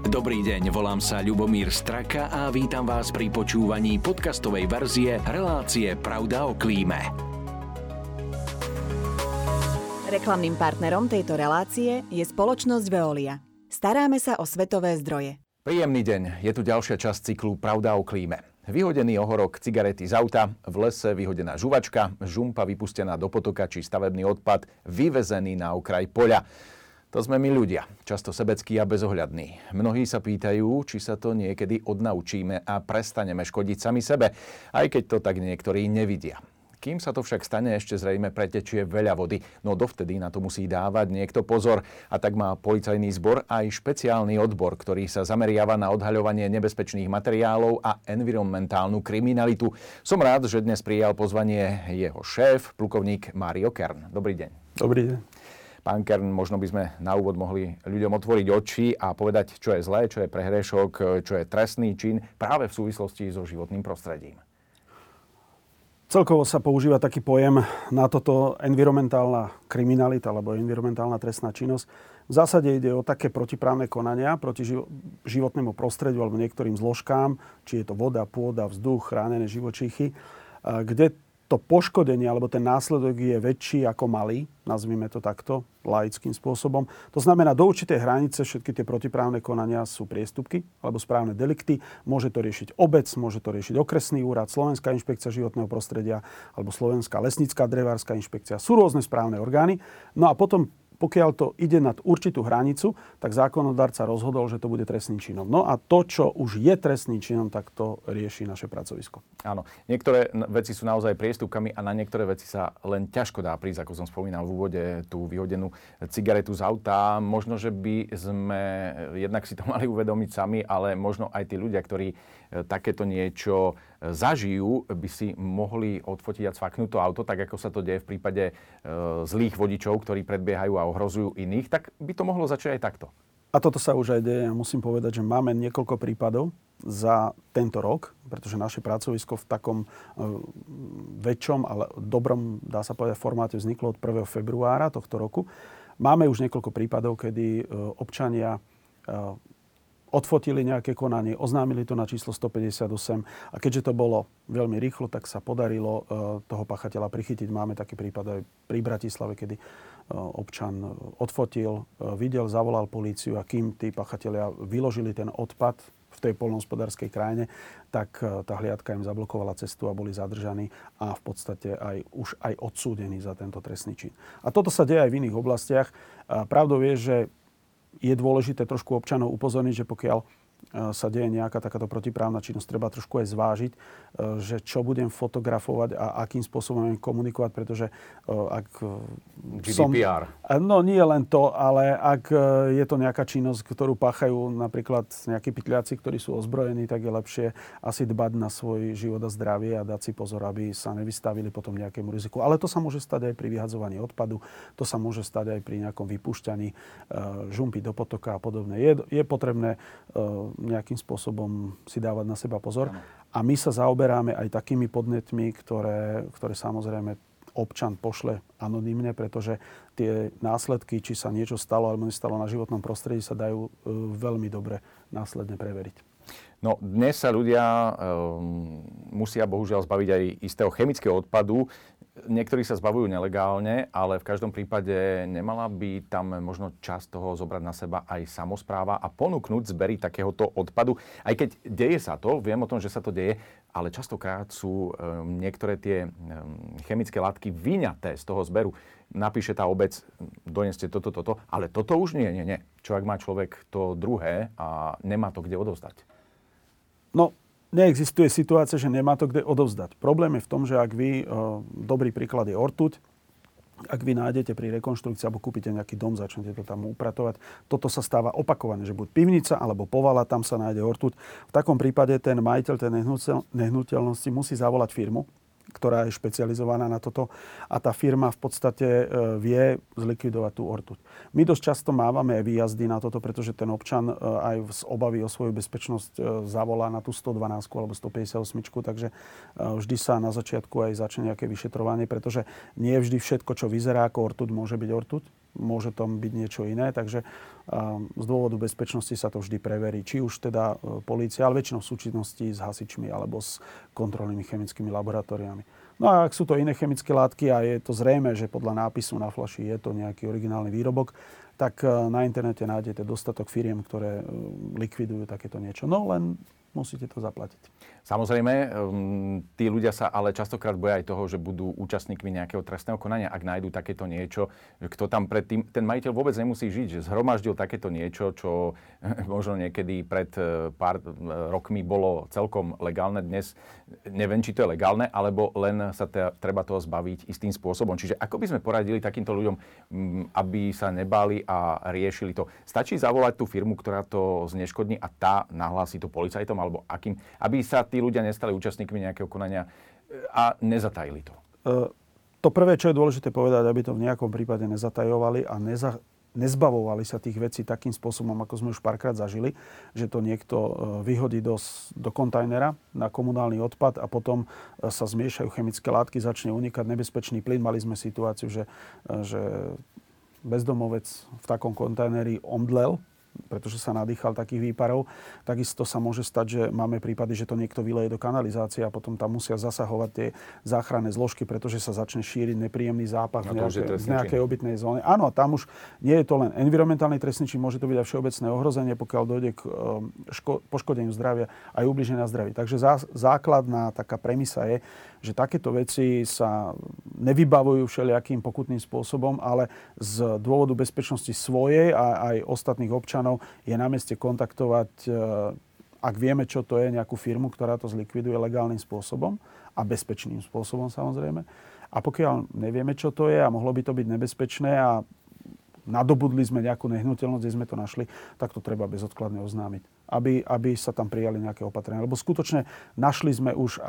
Dobrý deň, volám sa Ľubomír Straka a vítam vás pri počúvaní podcastovej verzie relácie Pravda o klíme. Reklamným partnerom tejto relácie je spoločnosť Veolia. Staráme sa o svetové zdroje. Príjemný deň, je tu ďalšia časť cyklu Pravda o klíme. Vyhodený ohorok cigarety z auta, v lese vyhodená žuvačka, žumpa vypustená do potoka či stavebný odpad vyvezený na okraj poľa. To sme my ľudia, často sebeckí a bezohľadní. Mnohí sa pýtajú, či sa to niekedy odnaučíme a prestaneme škodiť sami sebe, aj keď to tak niektorí nevidia. Kým sa to však stane, ešte zrejme pretečie veľa vody, no dovtedy na to musí dávať niekto pozor. A tak má policajný zbor aj špeciálny odbor, ktorý sa zameriava na odhaľovanie nebezpečných materiálov a environmentálnu kriminalitu. Som rád, že dnes prijal pozvanie jeho šéf, plukovník Mário Kern. Dobrý deň. Dobrý deň. Pán Kern, možno by sme na úvod mohli ľuďom otvoriť oči a povedať, čo je zlé, čo je prehrešok, čo je trestný čin práve v súvislosti so životným prostredím. Celkovo sa používa taký pojem na toto environmentálna kriminalita alebo environmentálna trestná činnosť. V zásade ide o také protiprávne konania proti životnému prostrediu alebo niektorým zložkám, či je to voda, pôda, vzduch, chránené živočíchy, kde to poškodenie alebo ten následok je väčší ako malý, nazvime to takto, laickým spôsobom. To znamená, do určitej hranice všetky tie protiprávne konania sú priestupky alebo správne delikty. Môže to riešiť obec, môže to riešiť okresný úrad, Slovenská inšpekcia životného prostredia alebo Slovenská lesnícka drevárska inšpekcia. Sú rôzne správne orgány. No a potom, pokiaľ to ide nad určitú hranicu, tak zákonodarca rozhodol, že to bude trestným činom. No a to, čo už je trestným činom, tak to rieši naše pracovisko. Áno, niektoré veci sú naozaj priestupkami a na niektoré veci sa len ťažko dá prísť, ako som spomínal v úvode, tú vyhodenú cigaretu z auta. Možno, že by sme jednak si to mali uvedomiť sami, ale možno aj tí ľudia, ktorí takéto niečo zažijú, by si mohli odfotiť a cvaknúť to auto, tak ako sa to deje v prípade zlých vodičov, ktorí predbiehajú a ohrozujú iných, tak by to mohlo začať aj takto. A toto sa už aj deje. Musím povedať, že máme niekoľko prípadov za tento rok, pretože naše pracovisko v takom väčšom, ale dobrom, dá sa povedať, formáte vzniklo od 1. februára tohto roku. Máme už niekoľko prípadov, kedy občania odfotili nejaké konanie, oznámili to na číslo 158 a keďže to bolo veľmi rýchlo, tak sa podarilo toho pachateľa prichytiť. Máme taký prípad aj pri Bratislave, kedy občan odfotil, videl, zavolal políciu a kým tí pachatelia vyložili ten odpad v tej poľnohospodárskej krajine, tak tá hliadka im zablokovala cestu a boli zadržaní a v podstate už aj odsúdení za tento trestný čin. A toto sa deje aj v iných oblastiach. Pravdou je, že je dôležité trošku občanov upozorniť, že pokiaľ sa deje nejaká takáto protiprávna činnosť, treba trošku aj zvážiť, že čo budem fotografovať a akým spôsobom budem komunikovať, pretože ak GDPR. No nie len to, ale ak je to nejaká činnosť, ktorú páchajú napríklad nejakí pytliaci, ktorí sú ozbrojení, tak je lepšie asi dbať na svoj život a zdravie a dať si pozor, aby sa nevystavili potom nejakému riziku. Ale to sa môže stať aj pri vyhadzovaní odpadu, to sa môže stať aj pri nejakom vypúšťaní žumpy do potoka a podobne. Je potrebné nejakým spôsobom si dávať na seba pozor. A my sa zaoberáme aj takými podnetmi, ktoré samozrejme občan pošle anonymne, pretože tie následky, či sa niečo stalo alebo nestalo na životnom prostredí, sa dajú veľmi dobre následne preveriť. No, dnes sa ľudia musia bohužiaľ zbaviť aj istého chemického odpadu. Niektorí sa zbavujú nelegálne, ale v každom prípade nemala by tam možno časť toho zobrať na seba aj samospráva a ponúknuť zbery takéhoto odpadu. Aj keď deje sa to, viem o tom, že sa to deje, ale častokrát sú niektoré tie chemické látky vyňaté z toho zberu. Napíše tá obec, doneste toto, ale toto už nie. Čo ak má človek to druhé a nemá to kde odovzdať? No, neexistuje situácia, že nemá to kde odovzdať. Problém je v tom, že ak vy, dobrý príklad je ortuť, ak vy nájdete pri rekonštrukcii alebo kúpite nejaký dom, začnete to tam upratovať, toto sa stáva opakovane, že buď pivnica alebo povala, tam sa nájde ortuť. V takom prípade ten majiteľ tej nehnuteľnosti musí zavolať firmu, ktorá je špecializovaná na toto a tá firma v podstate vie zlikvidovať tú ortuť. My dosť často mávame aj výjazdy na toto, pretože ten občan aj z obavy o svoju bezpečnosť zavolá na tú 112 alebo 158, takže vždy sa na začiatku aj začne nejaké vyšetrovanie, pretože nie vždy všetko, čo vyzerá ako ortuť, môže byť ortuť. môže tam byť niečo iné, takže z dôvodu bezpečnosti sa to vždy preverí. Či už teda polícia, ale väčšinou v súčinnosti s hasičmi alebo s kontrolnými chemickými laboratóriami. No a ak sú to iné chemické látky a je to zrejme, že podľa nápisu na fľaši je to nejaký originálny výrobok, tak na internete nájdete dostatok firiem, ktoré likvidujú takéto niečo. No len musíte to zaplatiť. Samozrejme, tí ľudia sa ale častokrát boja aj toho, že budú účastníkmi nejakého trestného konania, ak nájdú takéto niečo. Kto tam predtým, ten majiteľ vôbec nemusí žiť, že zhromaždil takéto niečo, čo možno niekedy pred pár rokmi bolo celkom legálne. Dnes neviem, či to je legálne, alebo len sa treba toho zbaviť istým spôsobom. Čiže ako by sme poradili takýmto ľuďom, aby sa nebáli a riešili to? Stačí zavolať tú firmu, ktorá to zneškodní a tá nahlási to policajtom, alebo akým, aby sa tí ľudia nestali účastníkmi nejakého konania a nezatajili to? To prvé, čo je dôležité povedať, aby to v nejakom prípade nezatajovali a nezbavovali sa tých vecí takým spôsobom, ako sme už párkrát zažili, že to niekto vyhodí do kontajnera na komunálny odpad a potom sa zmiešajú chemické látky, začne unikať nebezpečný plyn. Mali sme situáciu, že bezdomovec v takom kontajneri omdlel, pretože sa nadýchal takých výparov. Takisto sa môže stať, že máme prípady, že to niekto vyleje do kanalizácie a potom tam musia zasahovať tie záchranné zložky, pretože sa začne šíriť nepríjemný zápach v nejakej obytnej zóne. Áno, tam už nie je to len environmentálny trestný čin, môže to byť aj všeobecné ohrozenie, pokiaľ dojde k poškodeniu zdravia aj ubliženia zdraví. Takže základná taká premisa je, že takéto veci sa nevybavujú všelijakým pokutným spôsobom, ale z dôvodu bezpečnosti svojej a aj ostatných občanov je na mieste kontaktovať, ak vieme, čo to je, nejakú firmu, ktorá to zlikviduje legálnym spôsobom a bezpečným spôsobom samozrejme. A pokiaľ nevieme, čo to je a mohlo by to byť nebezpečné a nadobudli sme nejakú nehnuteľnosť, kde sme to našli, tak to treba bezodkladne oznámiť. Aby sa tam prijali nejaké opatrenia. Lebo skutočne našli sme už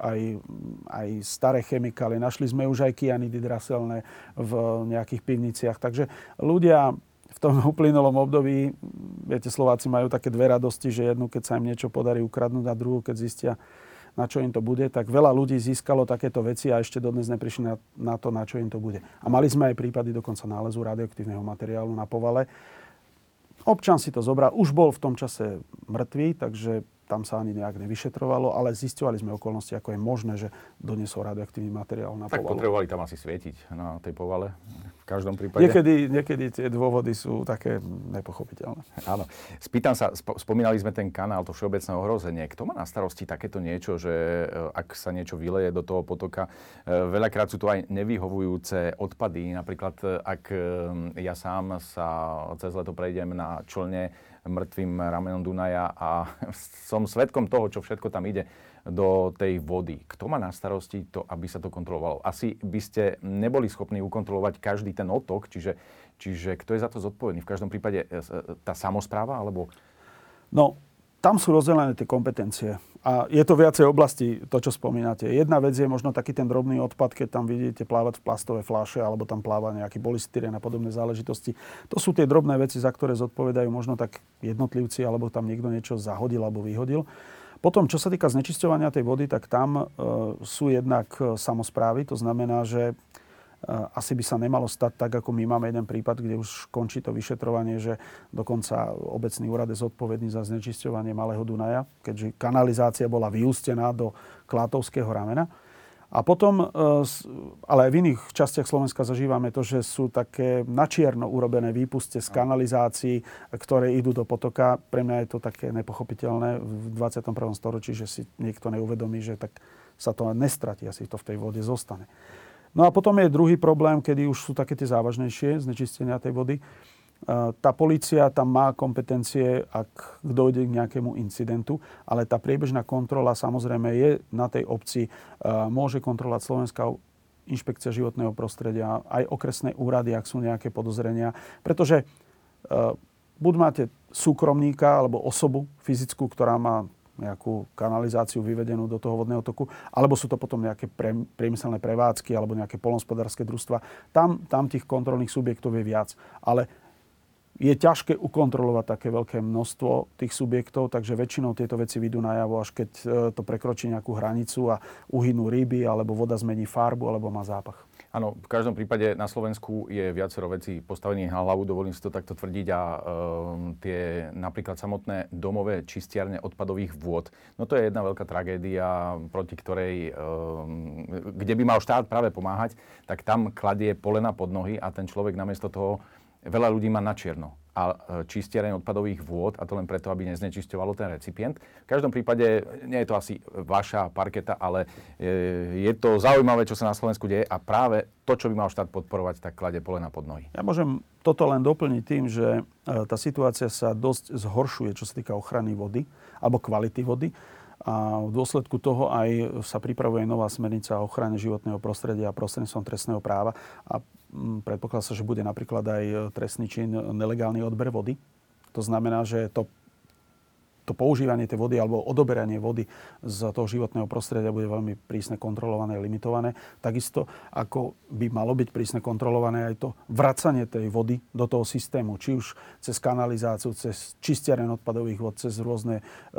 aj staré chemikálie, našli sme už aj kyanidy draselné v nejakých pivniciach. Takže ľudia v tom uplynulom období, viete, Slováci majú také dve radosti, že jednu, keď sa im niečo podarí ukradnúť, a druhú, keď zistia, na čo im to bude, tak veľa ľudí získalo takéto veci a ešte dodnes neprišli na to, na čo im to bude. A mali sme aj prípady dokonca nálezu radioaktívneho materiálu na povale. Občan si to zobral, už bol v tom čase mŕtvý, takže tam sa ani nejak nevyšetrovalo, ale zisťovali sme okolnosti, ako je možné, že doniesol radioaktívny materiál na povalu. Tak potrebovali tam asi svietiť na tej povale. V každom prípade. Niekedy tie dôvody sú také nepochopiteľné. Áno. Spýtam sa, spomínali sme ten kanál, to všeobecné ohrozenie. Kto má na starosti takéto niečo, že ak sa niečo vyleje do toho potoka, veľakrát sú to aj nevyhovujúce odpady. Napríklad, ak ja sám sa cez leto prejdem na člne mŕtvým ramenom Dunaja a som svedkom toho, čo všetko tam ide do tej vody. Kto má na starosti to, aby sa to kontrolovalo? Asi by ste neboli schopní ukontrolovať každý ten otok, čiže kto je za to zodpovedný? V každom prípade tá samospráva, alebo... No, tam sú rozdelené tie kompetencie. A je to viacej oblasti, to, čo spomínate. Jedna vec je možno taký ten drobný odpad, keď tam vidíte plávať v plastové fľaše, alebo tam pláva nejaký polystyrén a podobné záležitosti. To sú tie drobné veci, za ktoré zodpovedajú možno tak jednotlivci, alebo tam niekto niečo zahodil alebo vyhodil. Potom, čo sa týka znečisťovania tej vody, tak tam sú jednak samosprávy. To znamená, že asi by sa nemalo stať tak, ako my máme jeden prípad, kde už končí to vyšetrovanie, že dokonca obecný úrad je zodpovedný za znečisťovanie Malého Dunaja, keďže kanalizácia bola vyústená do Klátovského ramena. A potom, ale aj v iných častiach Slovenska zažívame to, že sú také načierno urobené výpuste z kanalizácií, ktoré idú do potoka. Pre mňa je to také nepochopiteľné v 21. storočí, že si niekto neuvedomí, že tak sa to nestratí, asi to v tej vode zostane. No a potom je druhý problém, kedy už sú také tie závažnejšie znečistenia tej vody. Tá polícia tam má kompetencie, ak dojde k nejakému incidentu, ale tá priebežná kontrola samozrejme je na tej obci. Môže kontrolovať Slovenská inšpekcia životného prostredia, aj okresné úrady, ak sú nejaké podozrenia. Pretože buď máte súkromníka alebo osobu fyzickú, ktorá má nejakú kanalizáciu vyvedenú do toho vodného toku, alebo sú to potom nejaké priemyselné prevádzky alebo nejaké poľnohospodárske družstva. Tam tých kontrolných subjektov je viac. Ale Je ťažké ukontrolovať také veľké množstvo tých subjektov, takže väčšinou tieto veci vyjdú najavo, až keď to prekročí nejakú hranicu a uhynú ryby, alebo voda zmení farbu, alebo má zápach. Áno, v každom prípade na Slovensku je viacero vecí postavených na hlavu, dovolím si to takto tvrdiť, a tie napríklad samotné domové čistiarne odpadových vôd. No to je jedna veľká tragédia, proti ktorej, kde by mal štát práve pomáhať, tak tam kladie polena pod nohy a ten človek namiesto toho veľa ľudí má na čierno a čistiareň odpadových vôd, a to len preto, aby neznečisťovalo ten recipient. V každom prípade nie je to asi vaša parketa, ale je to zaujímavé, čo sa na Slovensku deje, a práve to, čo by mal štát podporovať, tak kladie polena pod nohy. Ja môžem toto len doplniť tým, že tá situácia sa dosť zhoršuje, čo sa týka ochrany vody alebo kvality vody. A v dôsledku toho aj sa pripravuje nová smernica o ochrane životného prostredia a prostredníctvom trestného práva. A predpokladá sa, že bude napríklad aj trestný čin nelegálny odber vody. To znamená, že to používanie tej vody alebo odoberanie vody z toho životného prostredia bude veľmi prísne kontrolované a limitované. Takisto ako by malo byť prísne kontrolované aj to vracanie tej vody do toho systému. Či už cez kanalizáciu, cez čistiareň odpadových vod, cez rôzne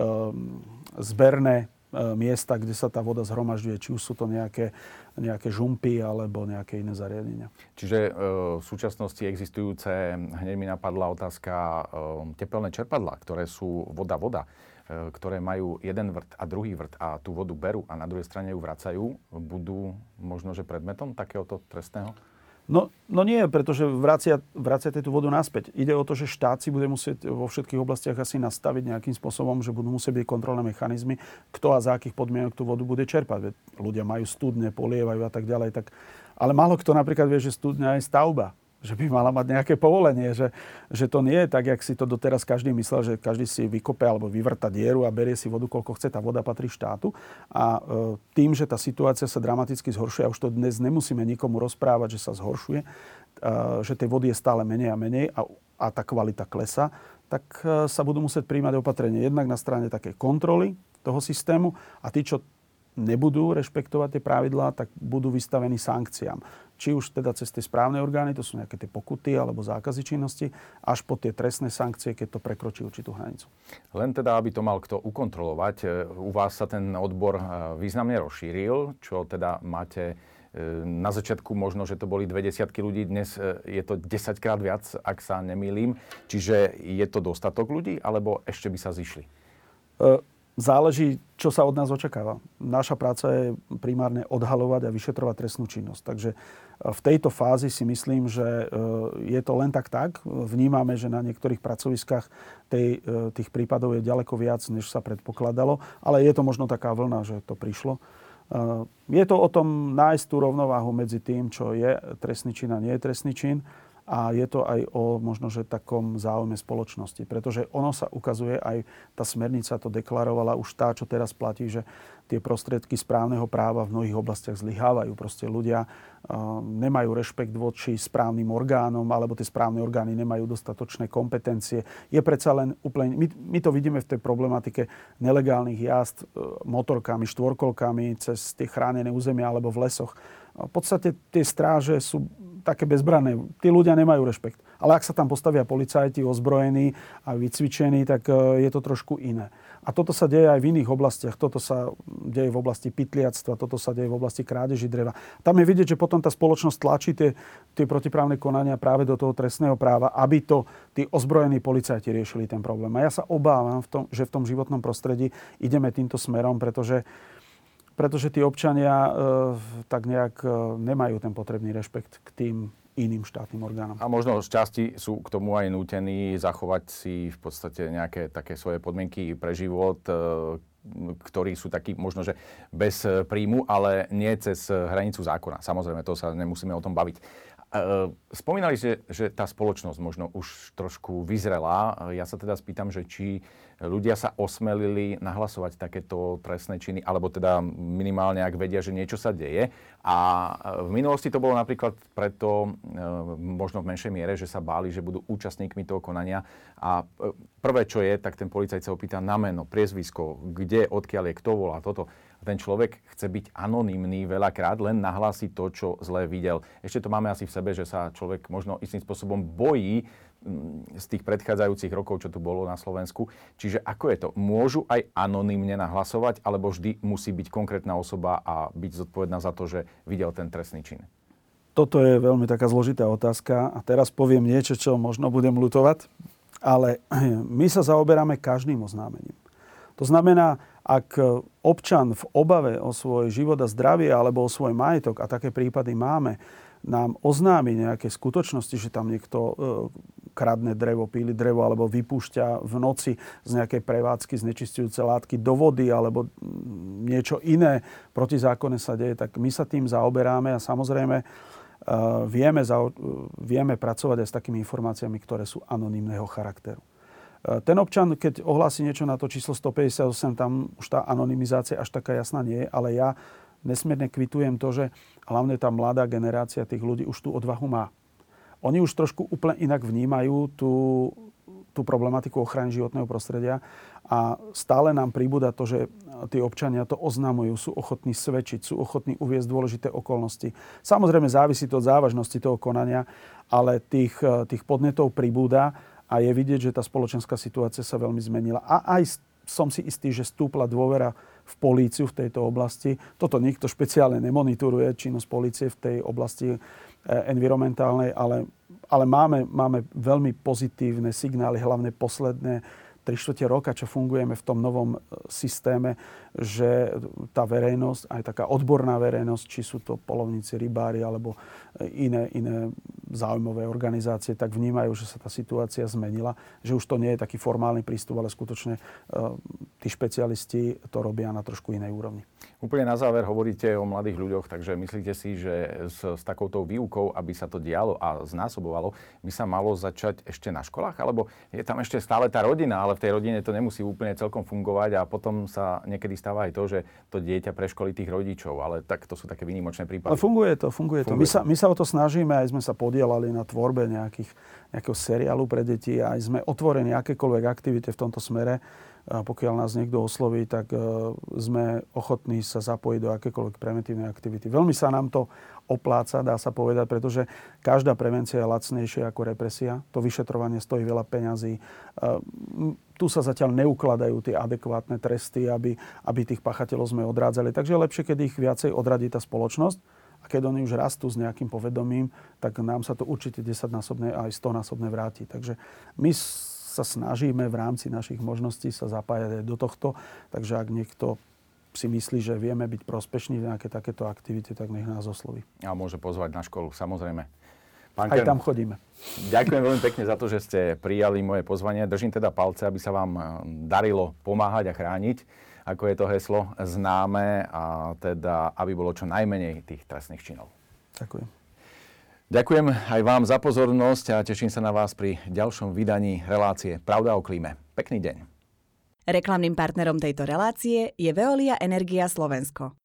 zberné miesta, kde sa tá voda zhromažďuje, či už sú to nejaké žumpy alebo nejaké iné zariadenia. Čiže v súčasnosti existujúce, hneď mi napadla otázka, tepelné čerpadlá, ktoré sú voda, ktoré majú jeden vrt a druhý vrt a tú vodu berú a na druhej strane ju vracajú, budú možno, že predmetom takéhoto trestného? No nie, pretože vraciate tú vodu naspäť. Ide o to, že štát si bude musieť vo všetkých oblastiach asi nastaviť nejakým spôsobom, že budú musieť byť kontrolné mechanizmy, kto a za akých podmienok tú vodu bude čerpať. Veď ľudia majú studne, polievajú a tak ďalej. Ale málo kto napríklad vie, že studňa je stavba. Že by mala mať nejaké povolenie, že to nie je tak, jak si to doteraz každý myslel, že každý si vykope alebo vyvrta dieru a berie si vodu, koľko chce. Tá voda patrí štátu. A tým, že tá situácia sa dramaticky zhoršuje, a už to dnes nemusíme nikomu rozprávať, že sa zhoršuje, že tej vody je stále menej a menej a tá kvalita klesá, tak sa budú musieť príjmať opatrenie jednak na strane takej kontroly toho systému, a tí, čo nebudú rešpektovať tie pravidlá, tak budú vystavení sankciám. Či už teda cez tie správne orgány, to sú nejaké tie pokuty alebo zákazy činnosti, až po tie trestné sankcie, keď to prekročí určitú hranicu. Len teda, aby to mal kto ukontrolovať, u vás sa ten odbor významne rozšíril, čo teda máte na začiatku možno, že to boli 20 ľudí, dnes je to 10-krát viac, ak sa nemýlim. Čiže je to dostatok ľudí, alebo ešte by sa zišli? Záleží, čo sa od nás očakáva. Naša práca je primárne odhaľovať a vyšetrovať trestnú činnosť. Takže v tejto fázi si myslím, že je to len tak. Vnímame, že na niektorých pracoviskách tých prípadov je ďaleko viac, než sa predpokladalo. Ale je to možno taká vlna, že to prišlo. Je to o tom nájsť tú rovnováhu medzi tým, čo je trestný čin a nie je trestný čin. A je to aj o možno, že takom záujme spoločnosti. Pretože ono sa ukazuje, aj tá smernica to deklarovala, už tá, čo teraz platí, že tie prostriedky správneho práva v mnohých oblastiach zlyhávajú. Proste ľudia nemajú rešpekt voči správnym orgánom, alebo tie správne orgány nemajú dostatočné kompetencie. Je predsa len úplne... My to vidíme v tej problematike nelegálnych jazd motorkami, štvorkolkami cez tie chránené územia alebo v lesoch. V podstate tie stráže sú také bezbranné. Tí ľudia nemajú rešpekt. Ale ak sa tam postavia policajti ozbrojení a vycvičení, tak je to trošku iné. A toto sa deje aj v iných oblastiach. Toto sa deje v oblasti pytliactva, toto sa deje v oblasti krádeži dreva. Tam je vidieť, že potom tá spoločnosť tlačí tie protiprávne konania práve do toho trestného práva, aby to tí ozbrojení policajti riešili ten problém. A ja sa obávam, že v tom životnom prostredí ideme týmto smerom, pretože tí občania tak nejak nemajú ten potrebný rešpekt k tým iným štátnym orgánom. A možno z časti sú k tomu aj nútení zachovať si v podstate nejaké také svoje podmienky pre život, ktorí sú takí možno, že bez príjmu, ale nie cez hranicu zákona. Samozrejme, to sa nemusíme o tom baviť. Spomínali ste, že tá spoločnosť možno už trošku vyzrela. Ja sa teda spýtam, že či ľudia sa osmelili nahlasovať takéto trestné činy, alebo teda minimálne, ak vedia, že niečo sa deje. A v minulosti to bolo napríklad preto, možno v menšej miere, že sa báli, že budú účastníkmi toho konania. A prvé, čo je, tak ten policajt sa opýta na meno, priezvisko, kde, odkiaľ je, kto volá toto. Ten človek chce byť anonymný veľakrát, len nahlási to, čo zle videl. Ešte to máme asi v sebe, že sa človek možno istým spôsobom bojí z tých predchádzajúcich rokov, čo tu bolo na Slovensku. Čiže ako je to? Môžu aj anonymne nahlasovať, alebo vždy musí byť konkrétna osoba a byť zodpovedná za to, že videl ten trestný čin? Toto je veľmi taká zložitá otázka a teraz poviem niečo, čo možno budem ľutovať, ale my sa zaoberáme každým oznámením. To znamená, ak občan v obave o svoj život a zdravie alebo o svoj majetok, a také prípady máme, nám oznámi nejaké skutočnosti, že tam niekto kradne drevo, píli drevo alebo vypúšťa v noci z nejakej prevádzky znečisťujúce látky do vody alebo niečo iné protizákonné sa deje, tak my sa tým zaoberáme a samozrejme vieme pracovať aj s takými informáciami, ktoré sú anonymného charakteru. Ten občan, keď ohlási niečo na to číslo 158, tam už tá anonymizácia až taká jasná nie je, ale ja nesmierne kvitujem to, že hlavne tá mladá generácia tých ľudí už tú odvahu má. Oni už trošku úplne inak vnímajú tú problematiku ochrany životného prostredia a stále nám pribúda to, že tí občania to oznamujú, sú ochotní svedčiť, sú ochotní uviesť dôležité okolnosti. Samozrejme závisí to od závažnosti toho konania, ale tých podnetov pribúda a je vidieť, že tá spoločenská situácia sa veľmi zmenila. A aj som si istý, že stúpla dôvera v políciu v tejto oblasti. Toto nikto špeciálne nemonitoruje, činnosť polície v tej oblasti environmentálnej, ale máme veľmi pozitívne signály, hlavne posledné 3/4 roka, čo fungujeme v tom novom systéme, že tá verejnosť, aj taká odborná verejnosť, či sú to poľovníci, rybári alebo iné záujmové organizácie, tak vnímajú, že sa tá situácia zmenila, že už to nie je taký formálny prístup, ale skutočne tí špecialisti to robia na trošku inej úrovni. Úplne na záver hovoríte o mladých ľuďoch, takže myslíte si, že s takouto výukou, aby sa to dialo a znásobovalo, by sa malo začať ešte na školách? Alebo je tam ešte stále tá rodina, ale v tej rodine to nemusí úplne celkom fungovať a potom sa niekedy stáva aj to, že to dieťa preškolí tých rodičov, ale tak to sú také výnimočné prípady. Ale funguje to. My sa o to snažíme, aj sme sa podielali na tvorbe nejakého seriálu pre deti, aj sme otvorení akékoľvek aktivite v tomto smere. Pokiaľ nás niekto osloví, tak sme ochotní sa zapojiť do akékoľvek preventívnej aktivity. Veľmi sa nám to opláca, dá sa povedať, pretože každá prevencia je lacnejšia ako represia. To vyšetrovanie stojí veľa peňazí. Tu sa zatiaľ neukladajú tie adekvátne tresty, aby tých pachateľov sme odrádzali. Takže je lepšie, keď ich viacej odradí tá spoločnosť. A keď oni už rastú s nejakým povedomím, tak nám sa to určite 10-násobne a aj 100-násobne vráti. Takže my sa snažíme v rámci našich možností sa zapájať aj do tohto. Takže ak niekto si myslí, že vieme byť prospešní v nejaké takéto aktivity, tak nech nás osloví. A môže pozvať na školu, samozrejme. Pán Kern, aj tam chodíme. Ďakujem veľmi pekne za to, že ste prijali moje pozvanie. Držím teda palce, aby sa vám darilo pomáhať a chrániť, ako je to heslo známe, a teda aby bolo čo najmenej tých trestných činov. Ďakujem. Ďakujem aj vám za pozornosť a teším sa na vás pri ďalšom vydaní relácie Pravda o klíme. Pekný deň. Reklamným partnerom tejto relácie je Veolia Energia Slovensko.